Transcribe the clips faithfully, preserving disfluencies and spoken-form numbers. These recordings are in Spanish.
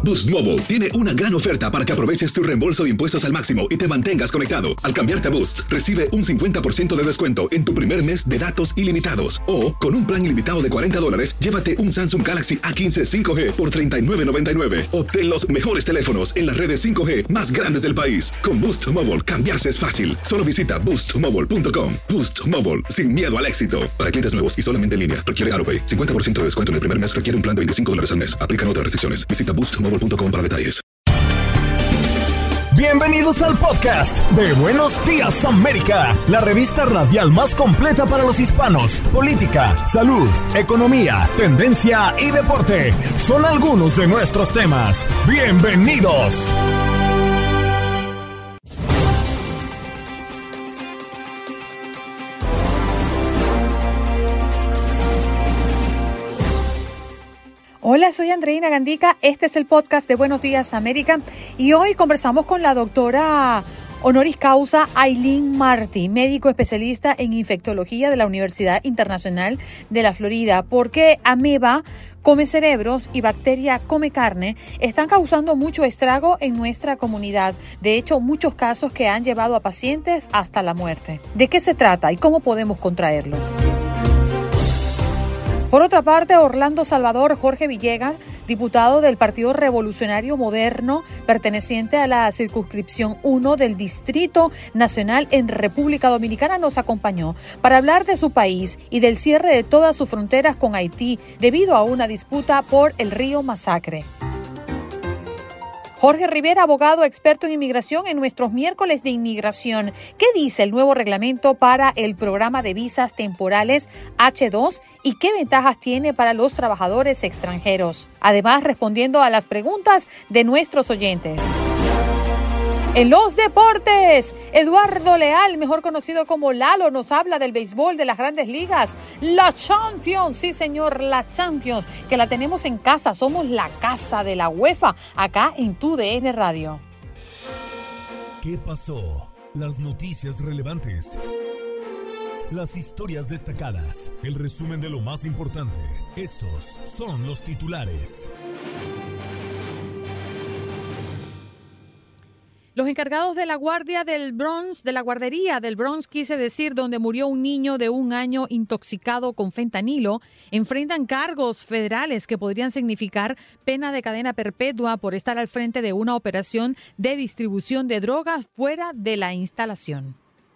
Boost Mobile tiene una gran oferta para que aproveches tu reembolso de impuestos al máximo y te mantengas conectado. Al cambiarte a Boost, recibe un cincuenta por ciento de descuento en tu primer mes de datos ilimitados. O, con un plan ilimitado de cuarenta dólares, llévate un Samsung Galaxy A quince cinco G por treinta y nueve noventa y nueve. Obtén los mejores teléfonos en las redes cinco G más grandes del país. Con Boost Mobile, cambiarse es fácil. Solo visita boost mobile punto com. Boost Mobile, sin miedo al éxito. Para clientes nuevos y solamente en línea, requiere AutoPay. cincuenta por ciento de descuento en el primer mes requiere un plan de veinticinco dólares al mes. Aplican otras restricciones. Visita boost mobile punto com para detalles. Bienvenidos al podcast de Buenos Días América, la revista radial más completa para los hispanos. Política, salud, economía, tendencia y deporte son algunos de nuestros temas. Bienvenidos. Hola, soy Andreina Gandica, este es el podcast de Buenos Días América y hoy conversamos con la doctora honoris causa Aileen Martí, médico especialista en infectología de la Universidad Internacional de la Florida, porque ameba, come cerebros y bacteria come carne están causando mucho estrago en nuestra comunidad. De hecho, muchos casos que han llevado a pacientes hasta la muerte. ¿De qué se trata y cómo podemos contraerlo? Por otra parte, Orlando Salvador Jorge Villegas, diputado del Partido Revolucionario Moderno, perteneciente a la circunscripción uno del Distrito Nacional en República Dominicana, nos acompañó para hablar de su país y del cierre de todas sus fronteras con Haití debido a una disputa por el río Masacre. Jorge Rivera, abogado experto en inmigración, en nuestros miércoles de inmigración. ¿Qué dice el nuevo reglamento para el programa de visas temporales hache dos y qué ventajas tiene para los trabajadores extranjeros? Además, respondiendo a las preguntas de nuestros oyentes. En los deportes, Eduardo Leal, mejor conocido como Lalo, nos habla del béisbol de las grandes ligas. La Champions, sí señor, la Champions, que la tenemos en casa. Somos la casa de la UEFA, acá en Tu D N Radio. ¿Qué pasó? Las noticias relevantes. Las historias destacadas. El resumen de lo más importante. Estos son los titulares. Los encargados de la guardia del Bronx, de la guardería del Bronx, quise decir, donde murió un niño de un año intoxicado con fentanilo, enfrentan cargos federales que podrían significar pena de cadena perpetua por estar al frente de una operación de distribución de drogas fuera de la instalación.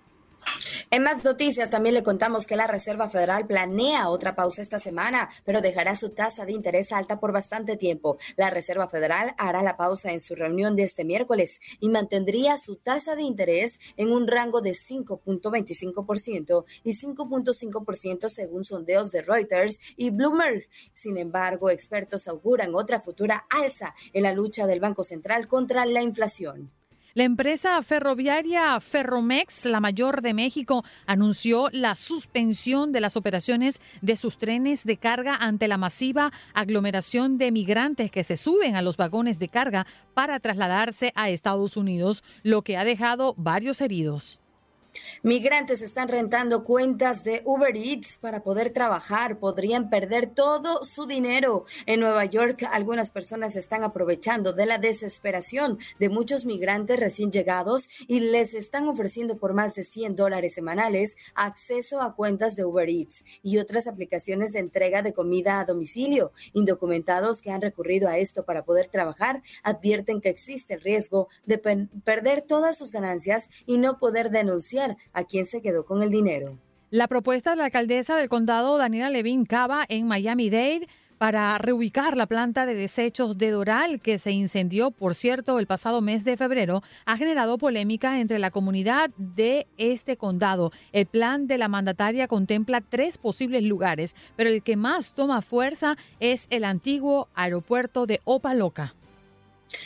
En más noticias también le contamos que la Reserva Federal planea otra pausa esta semana, pero dejará su tasa de interés alta por bastante tiempo. La Reserva Federal hará la pausa en su reunión de este miércoles y mantendría su tasa de interés en un rango de cinco punto veinticinco por ciento y cinco punto cinco por ciento según sondeos de Reuters y Bloomberg. Sin embargo, expertos auguran otra futura alza en la lucha del Banco Central contra la inflación. La empresa ferroviaria Ferromex, la mayor de México, anunció la suspensión de las operaciones de sus trenes de carga ante la masiva aglomeración de migrantes que se suben a los vagones de carga para trasladarse a Estados Unidos, lo que ha dejado varios heridos. Migrantes están rentando cuentas de Uber Eats para poder trabajar. Podrían perder todo su dinero. En Nueva York, algunas personas están aprovechando de la desesperación de muchos migrantes recién llegados y les están ofreciendo por más de cien dólares semanales acceso a cuentas de Uber Eats y otras aplicaciones de entrega de comida a domicilio. Indocumentados que han recurrido a esto para poder trabajar advierten que existe el riesgo de pe- perder todas sus ganancias y no poder denunciar a quien se quedó con el dinero. La propuesta de la alcaldesa del condado, Daniela Levin Cava, en Miami-Dade, para reubicar la planta de desechos de Doral, que se incendió, por cierto, el pasado mes de febrero, ha generado polémica entre la comunidad de este condado. El plan de la mandataria contempla tres posibles lugares, pero el que más toma fuerza es el antiguo aeropuerto de Opa-locka.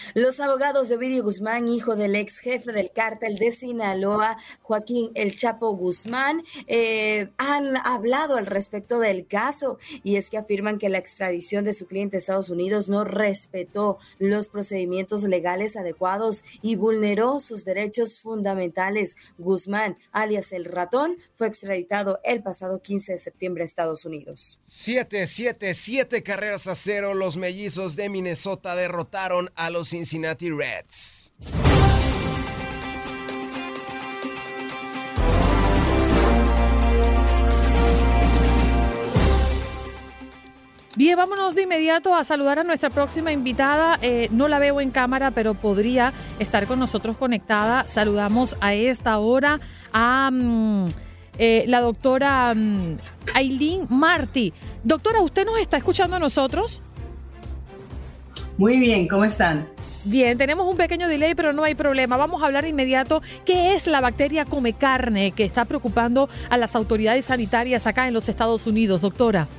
Los abogados de Ovidio Guzmán, hijo del ex jefe del cártel de Sinaloa, Joaquín El Chapo Guzmán, eh, han hablado al respecto del caso, y es que afirman que la extradición de su cliente a Estados Unidos no respetó los procedimientos legales adecuados y vulneró sus derechos fundamentales. Guzmán, alias El Ratón, fue extraditado el pasado quince de septiembre a Estados Unidos. Siete, siete, siete carreras a cero, los mellizos de Minnesota derrotaron a los Cincinnati Reds. Bien, vámonos de inmediato a saludar a nuestra próxima invitada. Eh, no la veo en cámara, pero podría estar con nosotros conectada. Saludamos a esta hora a um, eh, la doctora um, Aileen Martí. Doctora, ¿usted nos está escuchando a nosotros? Muy bien, ¿cómo están? Bien, tenemos un pequeño delay, pero no hay problema. Vamos a hablar de inmediato qué es la bacteria come carne que está preocupando a las autoridades sanitarias acá en los Estados Unidos, doctora.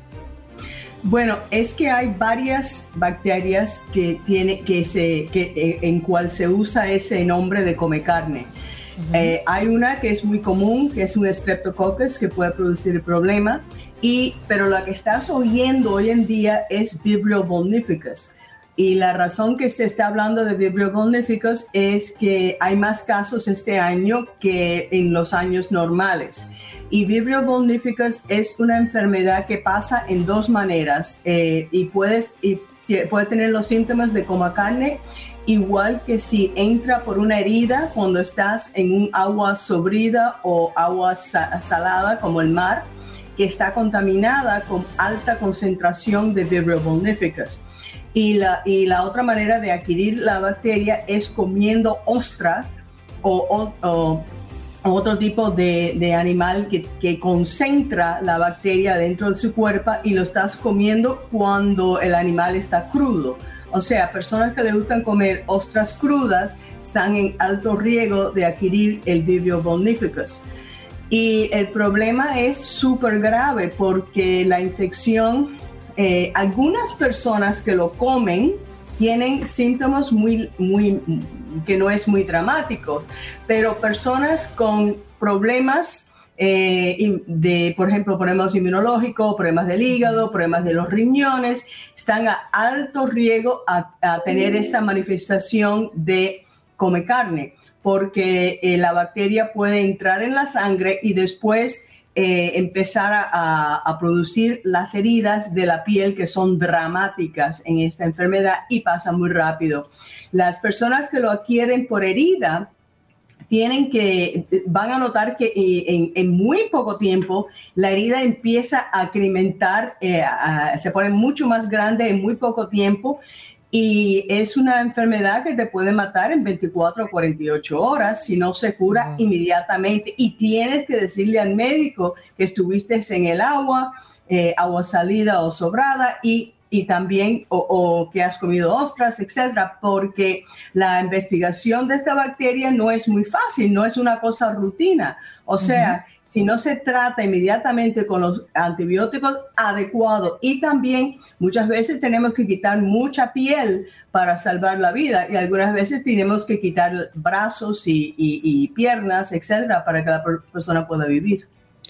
Bueno, es que hay varias bacterias que tiene, que se, que, en cual se usa ese nombre de come carne. Uh-huh. Eh, hay una que es muy común, que es un Streptococcus, que puede producir el problema, y, pero la que estás oyendo hoy en día es Vibrio vulnificus. Y la razón que se está hablando de Vibrio vulnificus es que hay más casos este año que en los años normales. Y Vibrio vulnificus es una enfermedad que pasa en dos maneras eh, y, puedes, y puede tener los síntomas de coma carne, igual que si entra por una herida cuando estás en un agua sobrida o agua sa- salada como el mar, que está contaminada con alta concentración de Vibrio vulnificus. Y la, y la otra manera de adquirir la bacteria es comiendo ostras o, o, o otro tipo de, de animal que, que concentra la bacteria dentro de su cuerpo y lo estás comiendo cuando el animal está crudo. O sea, personas que le gustan comer ostras crudas están en alto riesgo de adquirir el Vibrio vulnificus. Y el problema es súper grave porque la infección, eh, algunas personas que lo comen tienen síntomas muy, muy, que no es muy dramáticos, pero personas con problemas eh, de, por ejemplo, problemas inmunológicos, problemas del hígado, problemas de los riñones, están a alto riesgo a, a tener esta manifestación de come carne, porque eh, la bacteria puede entrar en la sangre y después Eh, empezar a, a producir las heridas de la piel que son dramáticas en esta enfermedad y pasa muy rápido. Las personas que lo adquieren por herida tienen que, van a notar que en, en muy poco tiempo la herida empieza a incrementar, eh, a, se pone mucho más grande en muy poco tiempo. Y es una enfermedad que te puede matar en veinticuatro a cuarenta y ocho horas si no se cura uh-huh. inmediatamente. Y tienes que decirle al médico que estuviste en el agua, eh, agua salida o sobrada, y, y también o, o que has comido ostras, etcétera, porque la investigación de esta bacteria no es muy fácil, no es una cosa rutina. O sea, uh-huh. si no se trata inmediatamente con los antibióticos adecuados, y también muchas veces tenemos que quitar mucha piel para salvar la vida, y algunas veces tenemos que quitar brazos y, y, y piernas, etcétera, para que la persona pueda vivir.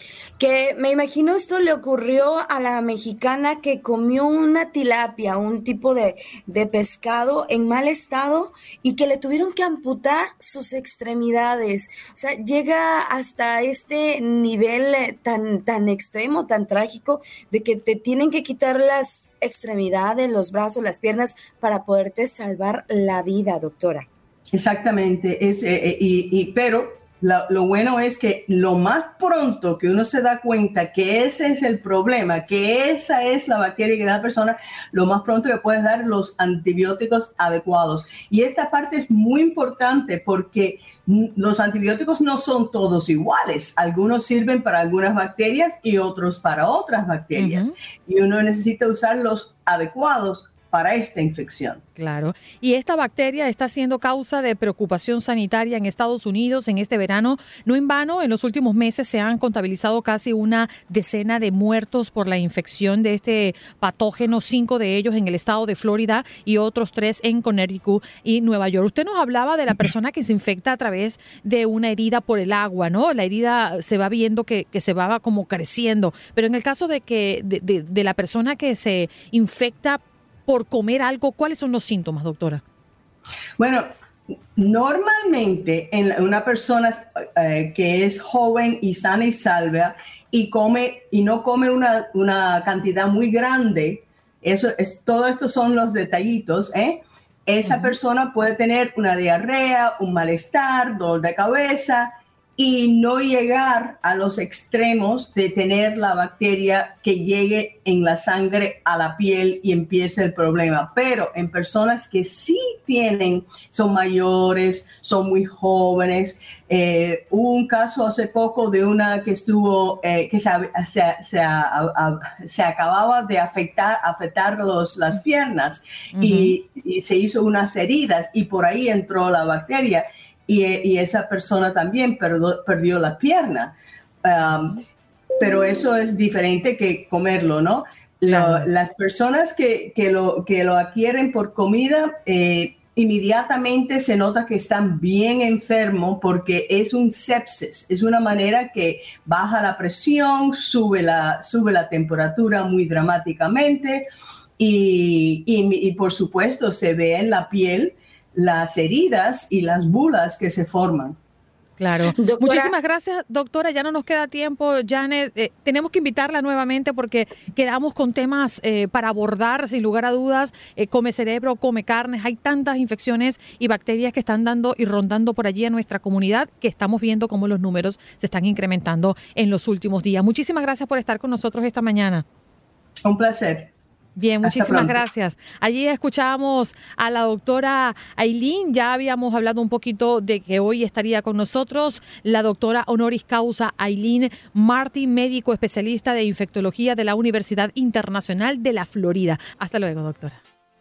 Que me imagino esto le ocurrió a la mexicana que comió una tilapia, un tipo de, de pescado en mal estado, y que le tuvieron que amputar sus extremidades. O sea, llega hasta este nivel tan, tan extremo, tan trágico, de que te tienen que quitar las extremidades, los brazos, las piernas, para poderte salvar la vida, doctora. Exactamente, es, eh, y, y, pero... Lo, lo bueno es que lo más pronto que uno se da cuenta que ese es el problema, que esa es la bacteria que da la persona, lo más pronto que puedes dar los antibióticos adecuados. Y esta parte es muy importante porque los antibióticos no son todos iguales. Algunos sirven para algunas bacterias y otros para otras bacterias. Uh-huh. Y uno necesita usar los adecuados para esta infección. Claro. Y esta bacteria está siendo causa de preocupación sanitaria en Estados Unidos en este verano. No en vano, en los últimos meses se han contabilizado casi una decena de muertos por la infección de este patógeno, cinco de ellos en el estado de Florida y otros tres en Connecticut y Nueva York. Usted nos hablaba de la persona que se infecta a través de una herida por el agua, ¿no? La herida se va viendo que, que se va como creciendo. Pero en el caso de que de, de, de la persona que se infecta por comer algo, ¿cuáles son los síntomas, doctora? Bueno, normalmente en una persona eh, que es joven y sana y salva y come y no come una, una cantidad muy grande, eso es, todo esto son los detallitos, ¿eh? Esa uh-huh. persona puede tener una diarrea, un malestar, dolor de cabeza, y no llegar a los extremos de tener la bacteria que llegue en la sangre a la piel y empiece el problema. Pero en personas que sí tienen, son mayores, son muy jóvenes. Eh, hubo un caso hace poco de una que estuvo, eh, que se, se, se, a, a, se acababa de afectar, afectar los, las piernas uh-huh. y, y se hizo unas heridas y por ahí entró la bacteria. Y, y esa persona también perdió, perdió la pierna. Um, pero eso es diferente que comerlo, ¿no? Lo, las personas que, que, lo, que lo adquieren por comida, eh, inmediatamente se nota que están bien enfermos porque es un sepsis. Es una manera que baja la presión, sube la, sube la temperatura muy dramáticamente y, y, y por supuesto se ve en la piel las heridas y las bulas que se forman. Claro. Doctora, muchísimas gracias, doctora. Ya no nos queda tiempo, Janet. Eh, tenemos que invitarla nuevamente porque quedamos con temas eh, para abordar, sin lugar a dudas. Eh, come cerebro, come carnes. Hay tantas infecciones y bacterias que están dando y rondando por allí en nuestra comunidad que estamos viendo cómo los números se están incrementando en los últimos días. Muchísimas gracias por estar con nosotros esta mañana. Un placer. Bien, muchísimas gracias. Allí escuchábamos a la doctora Aileen. Ya habíamos hablado un poquito de que hoy estaría con nosotros la doctora honoris causa Aileen Martin, médico especialista de infectología de la Universidad Internacional de la Florida. Hasta luego, doctora.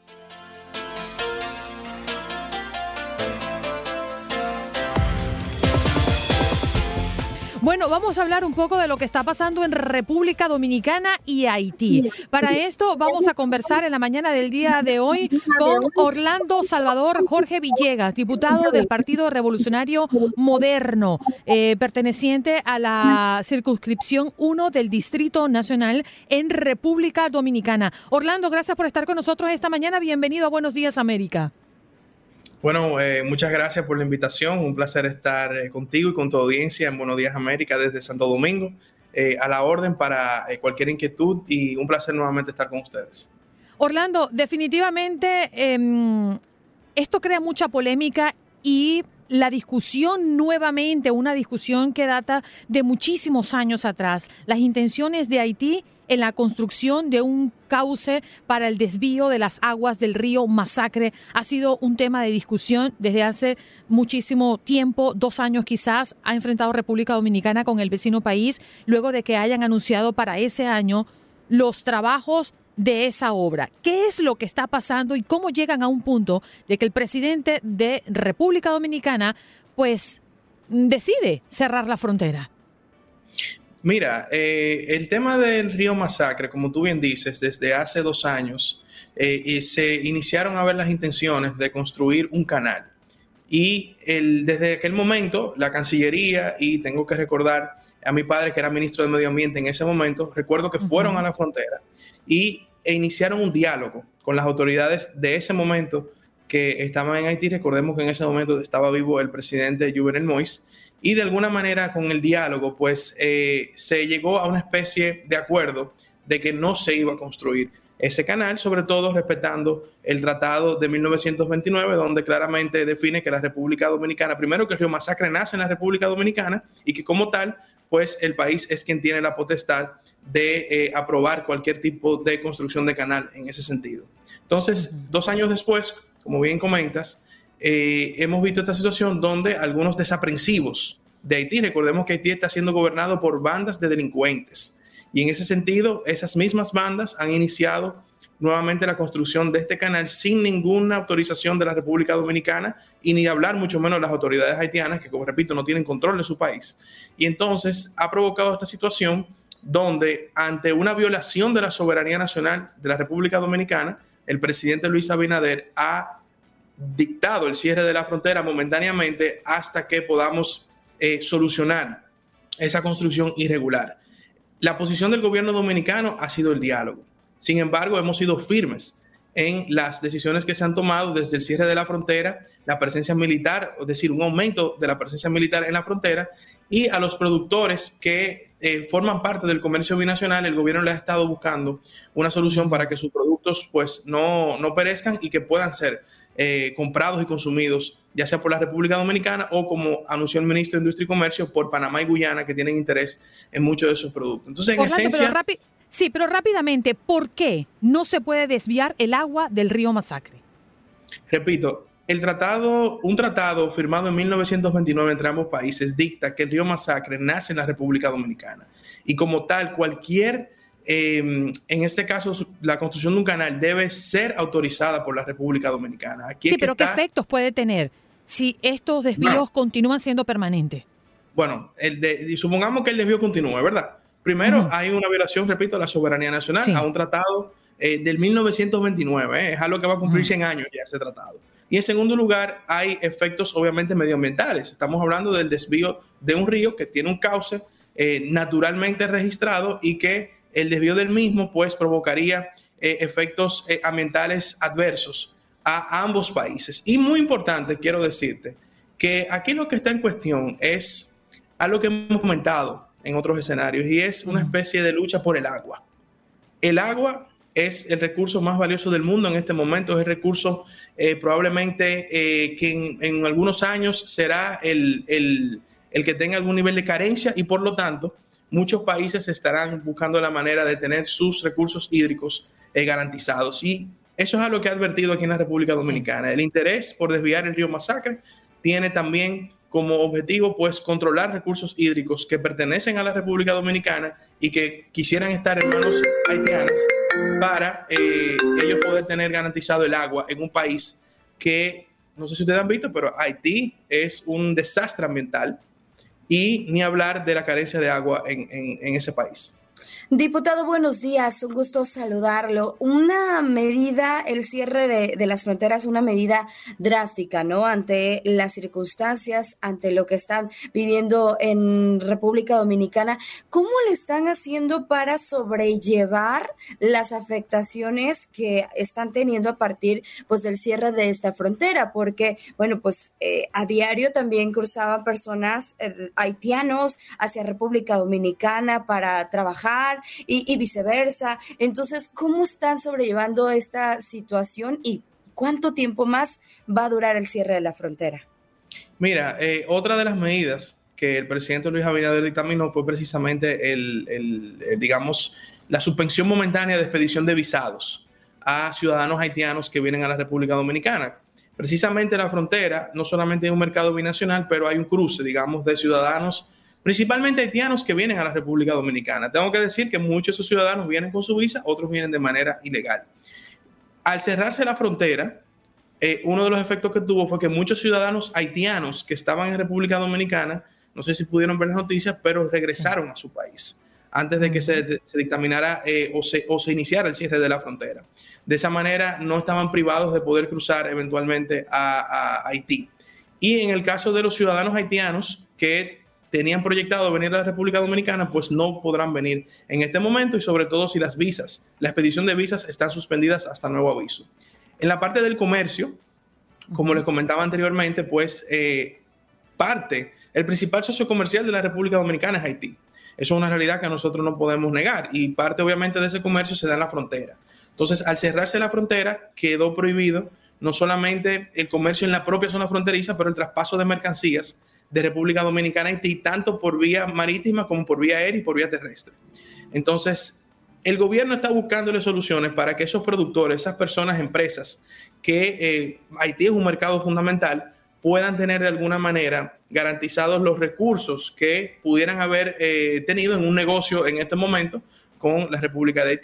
Bueno, vamos a hablar un poco de lo que está pasando en República Dominicana y Haití. Para esto vamos a conversar en la mañana del día de hoy con Orlando Salvador Jorge Villegas, diputado del Partido Revolucionario Moderno, eh, perteneciente a la circunscripción uno del Distrito Nacional en República Dominicana. Orlando, gracias por estar con nosotros esta mañana. Bienvenido a Buenos Días, América. Bueno, eh, muchas gracias por la invitación. Un placer estar eh, contigo y con tu audiencia en Buenos Días América desde Santo Domingo. Eh, a la orden para eh, cualquier inquietud y un placer nuevamente estar con ustedes. Orlando, definitivamente eh, esto crea mucha polémica y la discusión nuevamente, una discusión que data de muchísimos años atrás. Las intenciones de Haití en la construcción de un cauce para el desvío de las aguas del río Masacre ha sido un tema de discusión desde hace muchísimo tiempo, dos años quizás, ha enfrentado República Dominicana con el vecino país, luego de que hayan anunciado para ese año los trabajos de esa obra. ¿Qué es lo que está pasando y cómo llegan a un punto de que el presidente de República Dominicana pues decide cerrar la frontera? Mira, eh, el tema del río Masacre, como tú bien dices, desde hace dos años eh, y se iniciaron a ver las intenciones de construir un canal. Y el, desde aquel momento, la Cancillería, y tengo que recordar a mi padre, que era ministro de Medio Ambiente en ese momento, recuerdo que fueron uh-huh. a la frontera y e iniciaron un diálogo con las autoridades de ese momento que estaban en Haití. Recordemos que en ese momento estaba vivo el presidente Jovenel Moïse. Y de alguna manera con el diálogo pues eh, se llegó a una especie de acuerdo de que no se iba a construir ese canal, sobre todo respetando el Tratado de mil novecientos veintinueve, donde claramente define que la República Dominicana, primero que el río Masacre nace en la República Dominicana y que como tal pues el país es quien tiene la potestad de eh, aprobar cualquier tipo de construcción de canal en ese sentido. Entonces, uh-huh. dos años después, como bien comentas, Eh, hemos visto esta situación donde algunos desaprensivos de Haití, recordemos que Haití está siendo gobernado por bandas de delincuentes y en ese sentido esas mismas bandas han iniciado nuevamente la construcción de este canal sin ninguna autorización de la República Dominicana y ni hablar mucho menos de las autoridades haitianas que, como repito, no tienen control de su país. Y entonces ha provocado esta situación donde, ante una violación de la soberanía nacional de la República Dominicana, el presidente Luis Abinader ha dictado el cierre de la frontera momentáneamente hasta que podamos eh, solucionar esa construcción irregular. La posición del gobierno dominicano ha sido el diálogo. Sin embargo, hemos sido firmes en las decisiones que se han tomado desde el cierre de la frontera, la presencia militar, es decir, un aumento de la presencia militar en la frontera, y a los productores que eh, forman parte del comercio binacional, el gobierno les ha estado buscando una solución para que sus productos pues, no, no perezcan y que puedan ser eh, comprados y consumidos, ya sea por la República Dominicana o, como anunció el ministro de Industria y Comercio, por Panamá y Guyana, que tienen interés en muchos de esos productos. Entonces, en Orlando, esencia... Pero rápi- sí, pero rápidamente, ¿por qué no se puede desviar el agua del río Masacre? Repito, el tratado, un tratado firmado en mil novecientos veintinueve entre ambos países dicta que el río Masacre nace en la República Dominicana y como tal cualquier, eh, en este caso la construcción de un canal debe ser autorizada por la República Dominicana. Aquí sí, es pero que ¿qué está, efectos puede tener si estos desvíos no. continúan siendo permanentes? Bueno, el de, supongamos que el desvío continúe, ¿verdad? Primero, uh-huh. hay una violación, repito, de la soberanía nacional sí. a un tratado eh, del mil novecientos veintinueve. Eh, es algo que va a cumplir uh-huh. cien años ya ese tratado. Y en segundo lugar, hay efectos obviamente medioambientales. Estamos hablando del desvío de un río que tiene un cauce eh, naturalmente registrado y que el desvío del mismo pues provocaría eh, efectos eh, ambientales adversos a ambos países. Y muy importante, quiero decirte, que aquí lo que está en cuestión es algo que hemos comentado en otros escenarios y es una especie de lucha por el agua. El agua es el recurso más valioso del mundo en este momento, es el recurso eh, probablemente eh, que en, en algunos años será el, el, el que tenga algún nivel de carencia y por lo tanto muchos países estarán buscando la manera de tener sus recursos hídricos eh, garantizados y eso es algo que ha advertido aquí en la República Dominicana. El interés por desviar el río Masacre tiene también como objetivo pues controlar recursos hídricos que pertenecen a la República Dominicana y que quisieran estar en manos haitianas para eh, ellos poder tener garantizado el agua en un país que, no sé si ustedes han visto, pero Haití es un desastre ambiental y ni hablar de la carencia de agua en, en, en ese país. Diputado, buenos días, un gusto saludarlo. Una medida, el cierre de, de las fronteras, una medida drástica, ¿no? Ante las circunstancias, ante lo que están viviendo en República Dominicana. ¿Cómo le están haciendo para sobrellevar las afectaciones que están teniendo a partir, pues, del cierre de esta frontera? Porque, bueno, pues eh, a diario también cruzaban personas eh, haitianos hacia República Dominicana para trabajar Y, y viceversa. Entonces, ¿cómo están sobrellevando esta situación y cuánto tiempo más va a durar el cierre de la frontera? Mira, eh, otra de las medidas que el presidente Luis Abinader dictaminó fue precisamente el, el, el, digamos, la suspensión momentánea de expedición de visados a ciudadanos haitianos que vienen a la República Dominicana. Precisamente la frontera no solamente hay un mercado binacional, pero hay un cruce, digamos, de ciudadanos principalmente haitianos que vienen a la República Dominicana. Tengo que decir que muchos de esos ciudadanos vienen con su visa, otros vienen de manera ilegal. Al cerrarse la frontera, eh, uno de los efectos que tuvo fue que muchos ciudadanos haitianos que estaban en República Dominicana, no sé si pudieron ver las noticias, pero regresaron sí. a su país antes de que se, se dictaminara eh, o, se, o se iniciara el cierre de la frontera. De esa manera no estaban privados de poder cruzar eventualmente a, a Haití. Y en el caso de los ciudadanos haitianos que tenían proyectado venir a la República Dominicana, pues no podrán venir en este momento y sobre todo si las visas, la expedición de visas están suspendidas hasta nuevo aviso. En la parte del comercio, como les comentaba anteriormente, pues eh, parte, el principal socio comercial de la República Dominicana es Haití. Eso es una realidad que nosotros no podemos negar y parte obviamente de ese comercio se da en la frontera. Entonces, al cerrarse la frontera, quedó prohibido no solamente el comercio en la propia zona fronteriza, pero el traspaso de mercancías de República Dominicana a Haití, tanto por vía marítima como por vía aérea y por vía terrestre. Entonces, el gobierno está buscándole soluciones para que esos productores, esas personas, empresas, que eh, Haití es un mercado fundamental, puedan tener de alguna manera garantizados los recursos que pudieran haber eh, tenido en un negocio en este momento con la República de Haití.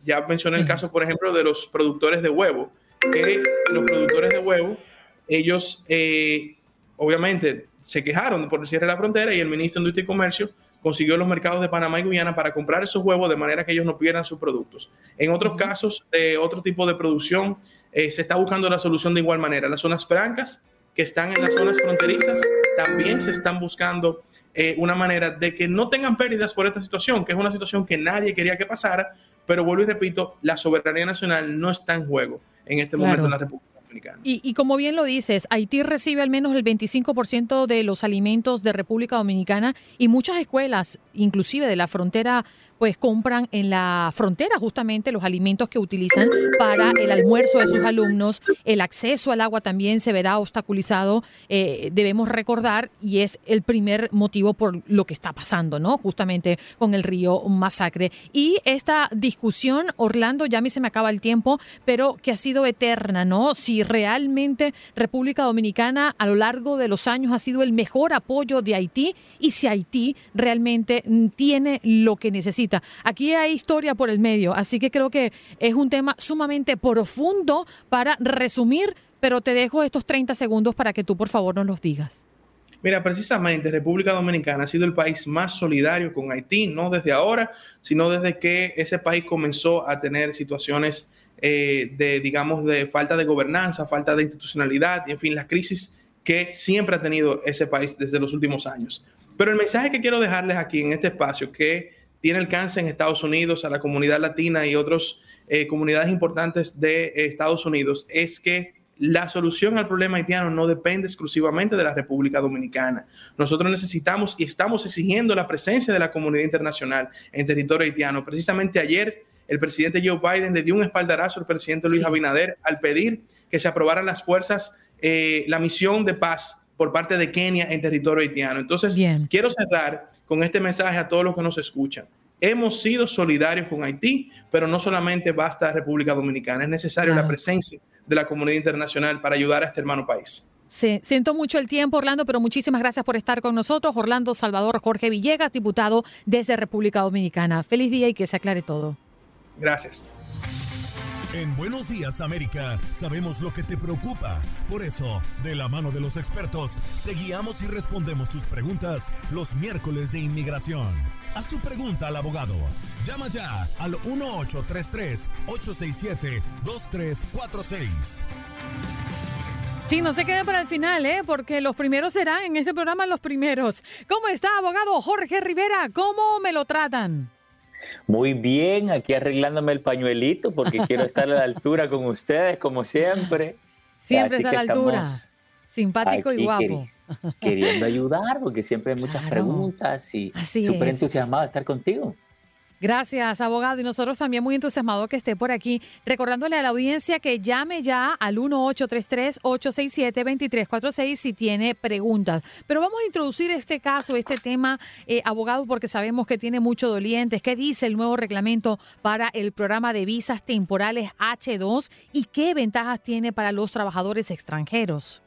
Ya mencioné Sí. el caso, por ejemplo, de los productores de huevo, que los productores de huevo, ellos eh, obviamente se quejaron por el cierre de la frontera y el ministro de Industria y Comercio consiguió los mercados de Panamá y Guyana para comprar esos huevos de manera que ellos no pierdan sus productos. En otros uh-huh. casos de otro tipo de producción, eh, se está buscando la solución de igual manera. Las zonas francas que están en las zonas fronterizas también se están buscando eh, una manera de que no tengan pérdidas por esta situación, que es una situación que nadie quería que pasara, pero vuelvo y repito, la soberanía nacional no está en juego en este Claro. momento en la República Dominicana. Y, y como bien lo dices, Haití recibe al menos el veinticinco por ciento de los alimentos de República Dominicana y muchas escuelas, inclusive de la frontera, pues compran en la frontera justamente los alimentos que utilizan para el almuerzo de sus alumnos. El acceso al agua también se verá obstaculizado, eh, debemos recordar, y es el primer motivo por lo que está pasando, ¿no? Justamente con el Río Masacre. Y esta discusión, Orlando, ya a mí se me acaba el tiempo, pero que ha sido eterna, ¿no? Si realmente República Dominicana a lo largo de los años ha sido el mejor apoyo de Haití y si Haití realmente tiene lo que necesita. Aquí hay historia por el medio, así que creo que es un tema sumamente profundo para resumir, pero te dejo estos treinta segundos para que tú por favor nos los digas. Mira, precisamente República Dominicana ha sido el país más solidario con Haití, no desde ahora, sino desde que ese país comenzó a tener situaciones eh, de, digamos, de falta de gobernanza, falta de institucionalidad y, en fin, las crisis que siempre ha tenido ese país desde los últimos años. Pero el mensaje que quiero dejarles aquí en este espacio, que tiene alcance en Estados Unidos, a la comunidad latina y otras eh, comunidades importantes de eh, Estados Unidos, es que la solución al problema haitiano no depende exclusivamente de la República Dominicana. Nosotros necesitamos y estamos exigiendo la presencia de la comunidad internacional en territorio haitiano. Precisamente ayer el presidente Joe Biden le dio un espaldarazo al presidente Luis sí. Abinader al pedir que se aprobaran las fuerzas, eh, la misión de paz por parte de Kenia en territorio haitiano. Entonces, Bien. quiero cerrar con este mensaje a todos los que nos escuchan. Hemos sido solidarios con Haití, pero no solamente basta República Dominicana, es necesaria claro. la presencia de la comunidad internacional para ayudar a este hermano país. Sí, siento mucho el tiempo, Orlando, pero muchísimas gracias por estar con nosotros. Orlando Salvador Jorge Villegas, diputado desde República Dominicana. Feliz día y que se aclare todo. Gracias. En Buenos Días, América, sabemos lo que te preocupa. Por eso, de la mano de los expertos, te guiamos y respondemos tus preguntas los miércoles de inmigración. Haz tu pregunta al abogado. Llama ya al uno ocho tres tres, ocho seis siete, dos tres cuatro seis. Sí, no se quede para el final, ¿eh? Porque los primeros serán en este programa los primeros. ¿Cómo está, abogado Jorge Rivera? ¿Cómo me lo tratan? Muy bien, aquí arreglándome el pañuelito porque quiero estar a la altura con ustedes, como siempre. Siempre está a la altura. Simpático y guapo. Queri- queriendo ayudar porque siempre hay muchas claro. preguntas y súper entusiasmado de estar contigo. Gracias, abogado. Y nosotros también muy entusiasmados que esté por aquí. Recordándole a la audiencia que llame ya al uno ocho tres tres, ocho seis siete, dos tres cuatro seis si tiene preguntas. Pero vamos a introducir este caso, este tema, eh, abogado, porque sabemos que tiene mucho dolientes. ¿Qué dice el nuevo reglamento para el programa de visas temporales hache dos y qué ventajas tiene para los trabajadores extranjeros?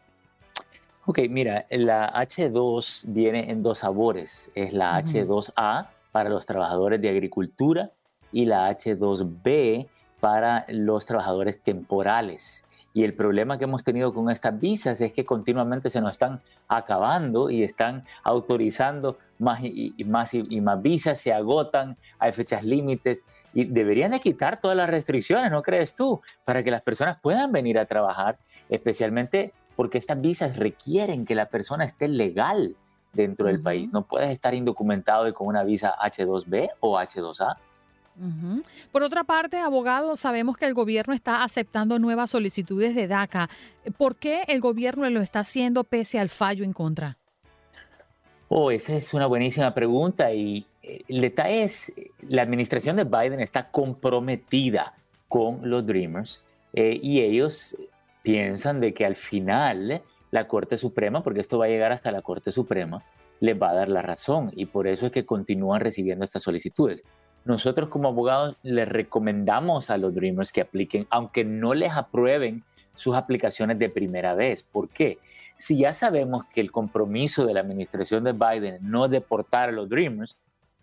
Ok, mira, la hache dos viene en dos sabores. Es la uh-huh. hache dos A para los trabajadores de agricultura y la hache dos be para los trabajadores temporales. Y el problema que hemos tenido con estas visas es que continuamente se nos están acabando y están autorizando más y, y más y, y más visas, se agotan, hay fechas límites y deberían de quitar todas las restricciones, ¿no crees tú? Para que las personas puedan venir a trabajar, especialmente porque estas visas requieren que la persona esté legal dentro uh-huh. del país. No puedes estar indocumentado y con una visa hache dos be o hache dos a. Uh-huh. Por otra parte, abogado, sabemos que el gobierno está aceptando nuevas solicitudes de DACA. ¿Por qué el gobierno lo está haciendo pese al fallo en contra? Oh, esa es una buenísima pregunta y el detalle es, la administración de Biden está comprometida con los Dreamers eh, y ellos piensan de que al final la Corte Suprema, porque esto va a llegar hasta la Corte Suprema, les va a dar la razón y por eso es que continúan recibiendo estas solicitudes. Nosotros como abogados les recomendamos a los Dreamers que apliquen, aunque no les aprueben sus aplicaciones de primera vez. ¿Por qué? Si ya sabemos que el compromiso de la administración de Biden no es deportar a los Dreamers,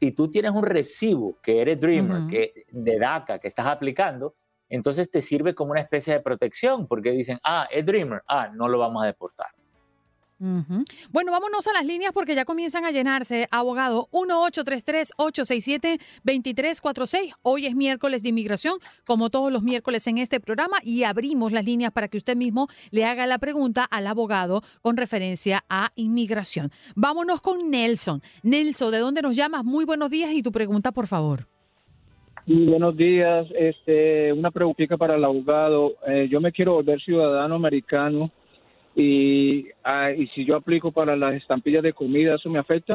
si tú tienes un recibo que eres Dreamer, Ujú. que de DACA, que estás aplicando, entonces te sirve como una especie de protección, porque dicen, ah, es Dreamer, ah, no lo vamos a deportar. Ujú. Bueno, vámonos a las líneas porque ya comienzan a llenarse. Abogado, uno ocho tres tres, ocho seis siete, dos tres cuatro seis. Hoy es miércoles de inmigración, como todos los miércoles en este programa, y abrimos las líneas para que usted mismo le haga la pregunta al abogado con referencia a inmigración. Vámonos con Nelson. Nelson, ¿de dónde nos llamas? Muy buenos días y tu pregunta, por favor. Muy buenos días. Este, una preguntita para el abogado. Eh, yo me quiero volver ciudadano americano y, ah, y si yo aplico para las estampillas de comida, ¿eso me afecta?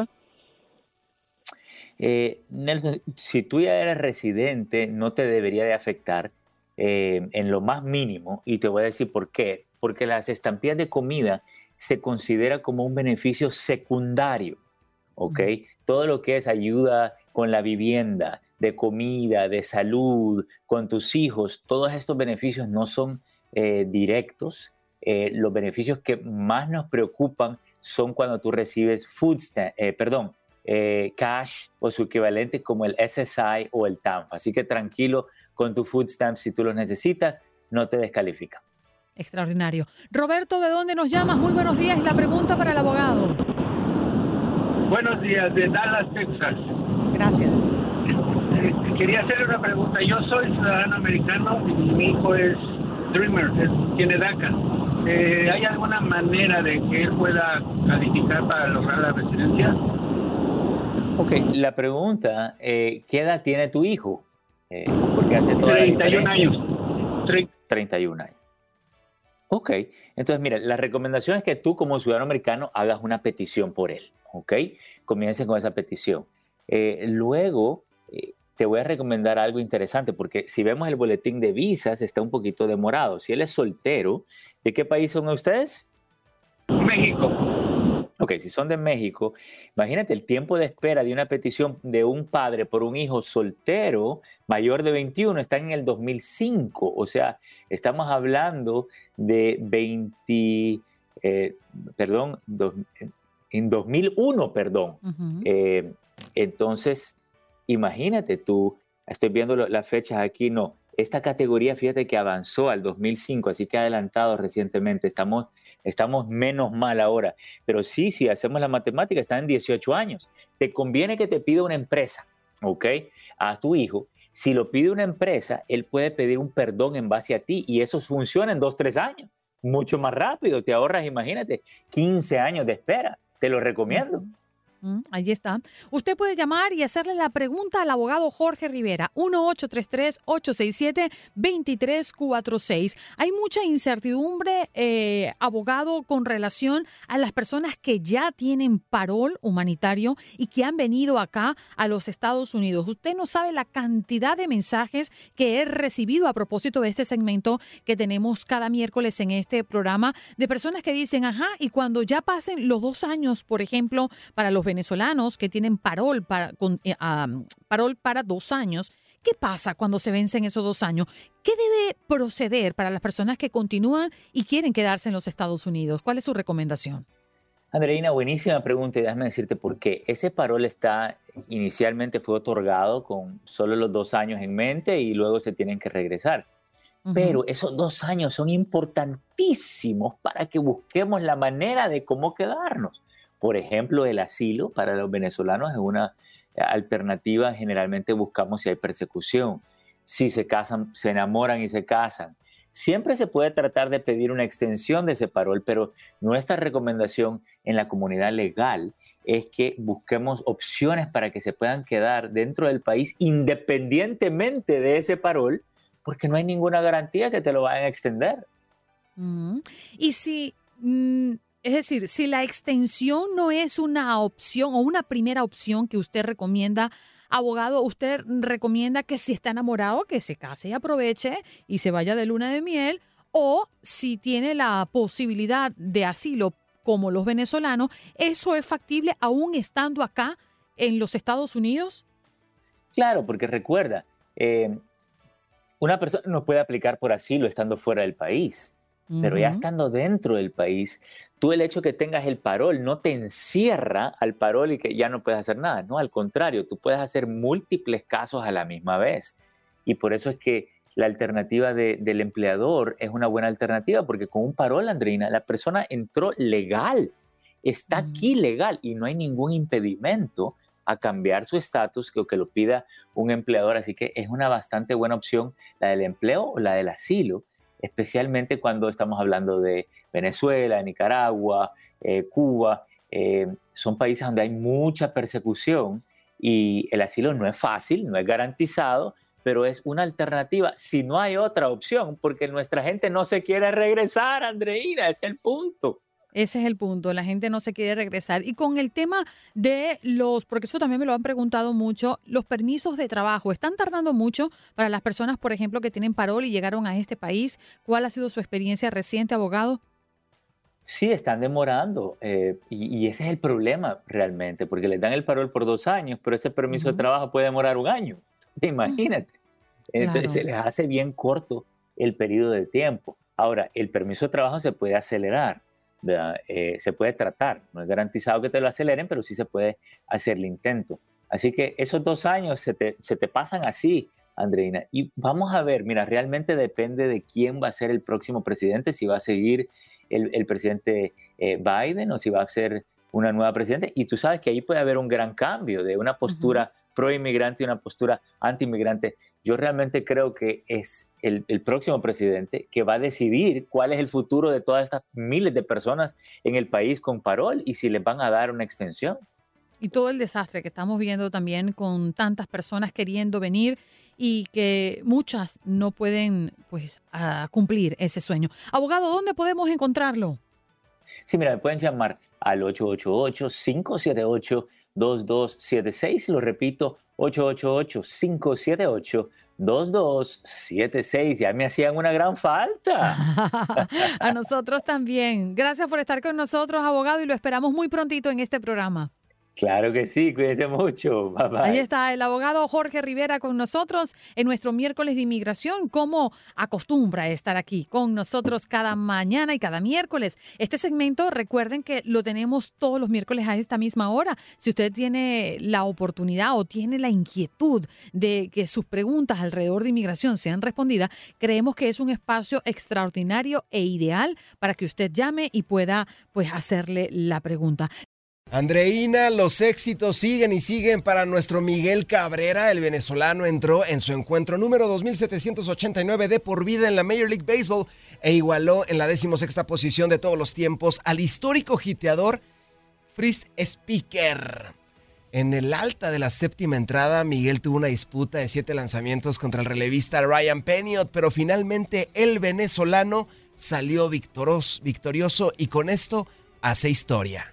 Eh, Nelson, si tú ya eres residente, no te debería de afectar eh, en lo más mínimo, y te voy a decir por qué. Porque las estampillas de comida se considera como un beneficio secundario, ¿ok? Mm. Todo lo que es ayuda con la vivienda, de comida, de salud, con tus hijos, todos estos beneficios no son eh, directos. Eh, los beneficios que más nos preocupan son cuando tú recibes food stamp, eh, perdón, eh, cash o su equivalente como el S S I o el T A N F. Así que tranquilo con tu food stamp, si tú los necesitas, no te descalifican. Extraordinario. Roberto, ¿de dónde nos llamas? Muy buenos días y la pregunta para el abogado. Buenos días, de Dallas, Texas. Gracias. Quería hacerle una pregunta. Yo soy ciudadano americano y mi hijo es Dreamer, es, tiene DACA. Eh, ¿Hay alguna manera de que él pueda calificar para lograr la residencia? Ok, la pregunta, eh, ¿qué edad tiene tu hijo? Eh, porque hace toda treinta y un la diferencia. años. treinta y un años. Ok, entonces mira, la recomendación es que tú como ciudadano americano hagas una petición por él, ¿ok? Comiencen con esa petición. Eh, luego, eh, te voy a recomendar algo interesante, porque si vemos el boletín de visas, está un poquito demorado. Si él es soltero, ¿de qué país son ustedes? México. Ok, si son de México, imagínate el tiempo de espera de una petición de un padre por un hijo soltero mayor de veintiuno, está en el dos mil cinco. O sea, estamos hablando de veinte, eh, perdón, dos, en dos mil uno, perdón. Uh-huh. Eh, entonces, imagínate tú, estoy viendo las fechas aquí, no, esta categoría, fíjate que avanzó al dos mil cinco, así que ha adelantado recientemente, estamos, estamos menos mal ahora, pero sí, si hacemos la matemática, está en dieciocho años. Te conviene que te pida una empresa, ¿ok? A tu hijo. Si lo pide una empresa, él puede pedir un perdón en base a ti y eso funciona en dos, tres años, mucho más rápido, te ahorras, imagínate, quince años de espera, te lo recomiendo. Uh-huh. Mm, allí está. Usted puede llamar y hacerle la pregunta al abogado Jorge Rivera, uno ocho tres tres, ocho seis siete, dos tres cuatro seis. Hay mucha incertidumbre, eh, abogado, con relación a las personas que ya tienen parol humanitario y que han venido acá a los Estados Unidos. Usted no sabe la cantidad de mensajes que he recibido a propósito de este segmento que tenemos cada miércoles en este programa, de personas que dicen, ajá, y cuando ya pasen los dos años, por ejemplo, para los venezolanos que tienen parol para, con, eh, um, parol para dos años, ¿qué pasa cuando se vencen esos dos años? ¿Qué debe proceder para las personas que continúan y quieren quedarse en los Estados Unidos? ¿Cuál es su recomendación? Andreina, buenísima pregunta y déjame decirte por qué. Ese parol está, inicialmente fue otorgado con solo los dos años en mente y luego se tienen que regresar. Uh-huh. Pero esos dos años son importantísimos para que busquemos la manera de cómo quedarnos. Por ejemplo, el asilo para los venezolanos es una alternativa. Generalmente buscamos si hay persecución, si se casan, se enamoran y se casan. Siempre se puede tratar de pedir una extensión de ese parol, pero nuestra recomendación en la comunidad legal es que busquemos opciones para que se puedan quedar dentro del país independientemente de ese parol, porque no hay ninguna garantía que te lo vayan a extender. Mm. Y si... Mm... Es decir, si la extensión no es una opción o una primera opción que usted recomienda, abogado, usted recomienda que si está enamorado, que se case y aproveche y se vaya de luna de miel, o si tiene la posibilidad de asilo como los venezolanos, ¿eso es factible aún estando acá en los Estados Unidos? Claro, porque recuerda, eh, una persona no puede aplicar por asilo estando fuera del país. Uh-huh. Pero ya estando dentro del país, tú el hecho que tengas el parol no te encierra al parol y que ya no puedes hacer nada. No, al contrario, tú puedes hacer múltiples casos a la misma vez. Y por eso es que la alternativa de, del empleador es una buena alternativa, porque con un parol, Andreina, la persona entró legal, está uh-huh. aquí legal y no hay ningún impedimento a cambiar su estatus que, que lo pida un empleador. Así que es una bastante buena opción la del empleo o la del asilo, especialmente cuando estamos hablando de Venezuela, Nicaragua, eh, Cuba. Eh, son países donde hay mucha persecución y el asilo no es fácil, no es garantizado, pero es una alternativa si no hay otra opción, porque nuestra gente no se quiere regresar, Andreina, ese es el punto. Ese es el punto, la gente no se quiere regresar. Y con el tema de los, porque eso también me lo han preguntado mucho, los permisos de trabajo, ¿están tardando mucho para las personas, por ejemplo, que tienen parol y llegaron a este país? ¿Cuál ha sido su experiencia reciente, abogado? Sí, están demorando eh, y, y ese es el problema realmente, porque les dan el parol por dos años, pero ese permiso uh-huh. de trabajo puede demorar un año. Imagínate. Entonces claro. se les hace bien corto el periodo de tiempo. Ahora, el permiso de trabajo se puede acelerar. Eh, se puede tratar, no es garantizado que te lo aceleren, pero sí se puede hacer el intento. Así que esos dos años se te, se te pasan así, Andreina. Y vamos a ver, mira, realmente depende de quién va a ser el próximo presidente, si va a seguir el, el presidente eh, Biden o si va a ser una nueva presidenta. Y tú sabes que ahí puede haber un gran cambio de una postura uh-huh. pro-inmigrante y una postura anti-inmigrante. Yo realmente creo que es el, el próximo presidente que va a decidir cuál es el futuro de todas estas miles de personas en el país con parol y si les van a dar una extensión. Y todo el desastre que estamos viendo también con tantas personas queriendo venir y que muchas no pueden pues, uh, cumplir ese sueño. Abogado, ¿dónde podemos encontrarlo? Sí, mira, me pueden llamar al ocho ocho ocho, cinco siete ocho, dos dos siete seis. Lo repito, ocho ocho ocho, cinco siete ocho, dos dos siete seis. Ya me hacían una gran falta. A nosotros también. Gracias por estar con nosotros, abogado, y lo esperamos muy prontito en este programa. Claro que sí, cuídense mucho. Bye, bye. Ahí está el abogado Jorge Rivera con nosotros en nuestro miércoles de inmigración, como acostumbra estar aquí con nosotros cada mañana y cada miércoles. Este segmento, recuerden que lo tenemos todos los miércoles a esta misma hora. Si usted tiene la oportunidad o tiene la inquietud de que sus preguntas alrededor de inmigración sean respondidas, creemos que es un espacio extraordinario e ideal para que usted llame y pueda pues hacerle la pregunta. Andreina, los éxitos siguen y siguen para nuestro Miguel Cabrera. El venezolano entró en su encuentro número dos mil setecientos ochenta y nueve de por vida en la Major League Baseball e igualó en la decimosexta posición de todos los tiempos al histórico hiteador Tris Speaker. En el alta de la séptima entrada, Miguel tuvo una disputa de siete lanzamientos contra el relevista Ryan Peñot, pero finalmente el venezolano salió victoros, victorioso y con esto hace historia.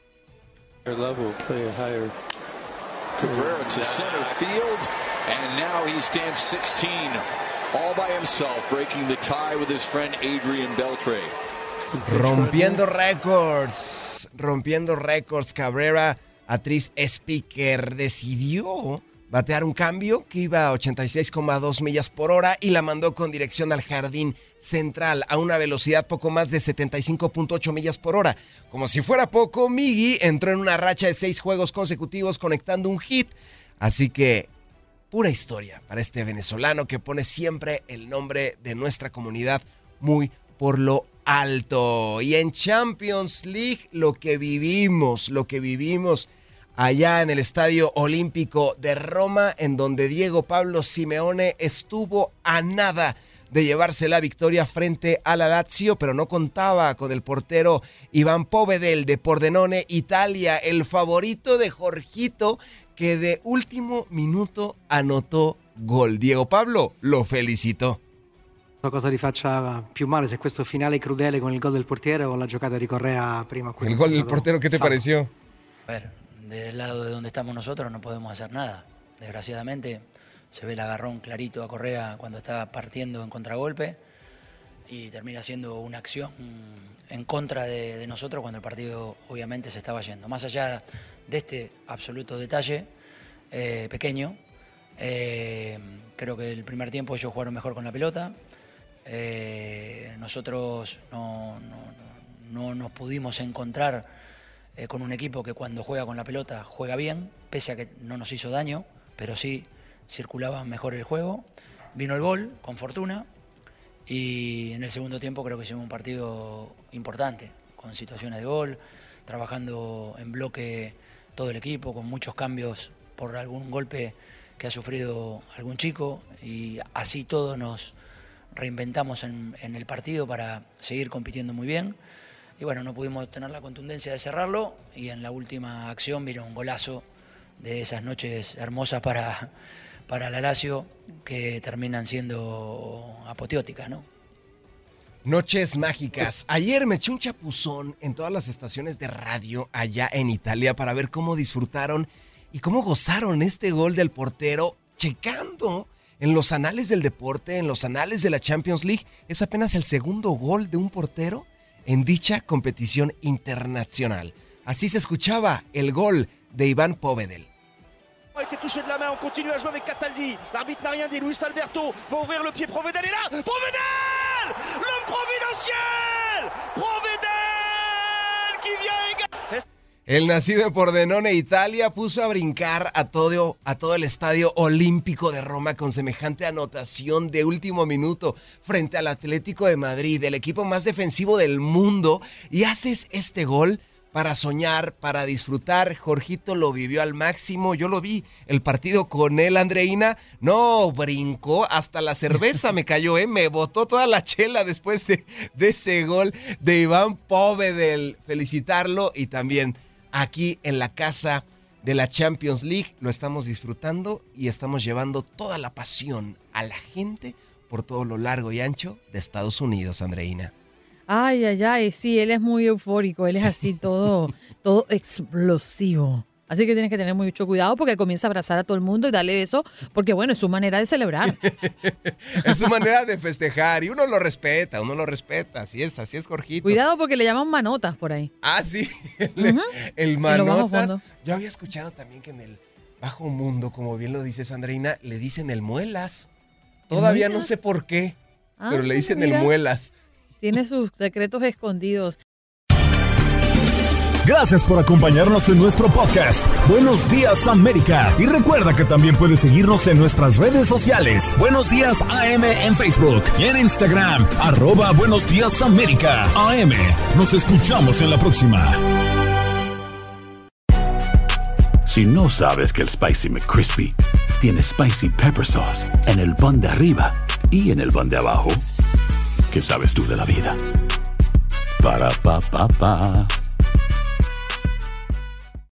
Level, play a higher Cabrera to center field, and now he stands sixteen, all by himself, breaking the tie with his friend Adrian Beltre. Rompiendo récords, rompiendo récords, Cabrera a Tris Speaker decidió batear un cambio que iba a ochenta y seis coma dos millas por hora y la mandó con dirección al jardín central a una velocidad poco más de setenta y cinco punto ocho millas por hora. Como si fuera poco, Miggy entró en una racha de seis juegos consecutivos conectando un hit. Así que, pura historia para este venezolano que pone siempre el nombre de nuestra comunidad muy por lo alto. Y en Champions League, lo que vivimos, lo que vivimos allá en el Estadio Olímpico de Roma, en donde Diego Pablo Simeone estuvo a nada de llevarse la victoria frente a la Lazio, pero no contaba con el portero Iván Povedel de Pordenone, Italia, el favorito de Jorgito, que de último minuto anotó gol. Diego Pablo lo felicitó. La cosa li faccia più male, se questo finale crudele con il gol del portiere o la giocata di Correa prima. El gol del portero, ¿qué te Fabio. pareció? A ver, desde el lado de donde estamos nosotros no podemos hacer nada. Desgraciadamente se ve el agarrón clarito a Correa cuando está partiendo en contragolpe y termina siendo una acción en contra de, de nosotros cuando el partido obviamente se estaba yendo. Más allá de este absoluto detalle eh, pequeño, eh, creo que el primer tiempo ellos jugaron mejor con la pelota Eh, nosotros no, no, no nos pudimos encontrar eh, con un equipo que cuando juega con la pelota juega bien, pese a que no nos hizo daño, pero sí circulaba mejor el juego. Vino el gol, con fortuna, y en el segundo tiempo creo que hicimos un partido importante, con situaciones de gol, trabajando en bloque todo el equipo, con muchos cambios por algún golpe que ha sufrido algún chico, y así todos nos reinventamos en, en el partido para seguir compitiendo muy bien. Y bueno, no pudimos tener la contundencia de cerrarlo, y en la última acción vino un golazo de esas noches hermosas para, para la Lazio, que terminan siendo apoteóticas, ¿no? Noches mágicas. Ayer me eché un chapuzón en todas las estaciones de radio allá en Italia para ver cómo disfrutaron y cómo gozaron este gol del portero, checando en los anales del deporte, en los anales de la Champions League. Es apenas el segundo gol de un portero en dicha competición internacional. Así se escuchaba el gol de Iván Povedel. A été touché de la main, on continue à jouer avec Cataldi. L'arbitre n'a rien dit, Luis Alberto va ouvrir le pied, Provedel est là. Provedel, l'homme providentiel, Provedel qui vient égaler. El nacido en Pordenone, Italia, puso a brincar a todo, a todo el Estadio Olímpico de Roma con semejante anotación de último minuto frente al Atlético de Madrid, el equipo más defensivo del mundo, y haces este gol para soñar, para disfrutar. Jorgito lo vivió al máximo, yo lo vi, el partido con él, Andreina, no, brincó, hasta la cerveza me cayó, ¿eh? Me botó toda la chela después de, de ese gol de Iván Povedel. Felicitarlo, y también aquí en la casa de la Champions League lo estamos disfrutando y estamos llevando toda la pasión a la gente por todo lo largo y ancho de Estados Unidos, Andreina. Ay, ay, ay, sí, él es muy eufórico, él es así todo, todo explosivo. Así que tienes que tener mucho cuidado porque él comienza a abrazar a todo el mundo y darle besos, porque bueno, es su manera de celebrar. Es su manera de festejar y uno lo respeta, uno lo respeta, así es, así es, Jorgito. Cuidado porque le llaman manotas por ahí. Ah, sí, el, uh-huh. el manotas. Yo había escuchado también que en el bajo mundo, como bien lo dices, Andreina, le dicen el muelas. Todavía ¿El muelas? No sé por qué, ah, pero le dicen mira. el muelas. Tiene sus secretos escondidos. Gracias por acompañarnos en nuestro podcast Buenos Días América. Y recuerda que también puedes seguirnos en nuestras redes sociales. Buenos Días A M en Facebook y en Instagram, arroba Buenos Días América A M. Nos escuchamos en la próxima. Si no sabes que el Spicy McCrispy tiene Spicy Pepper Sauce en el pan de arriba y en el pan de abajo, ¿qué sabes tú de la vida? Para, pa, pa, pa.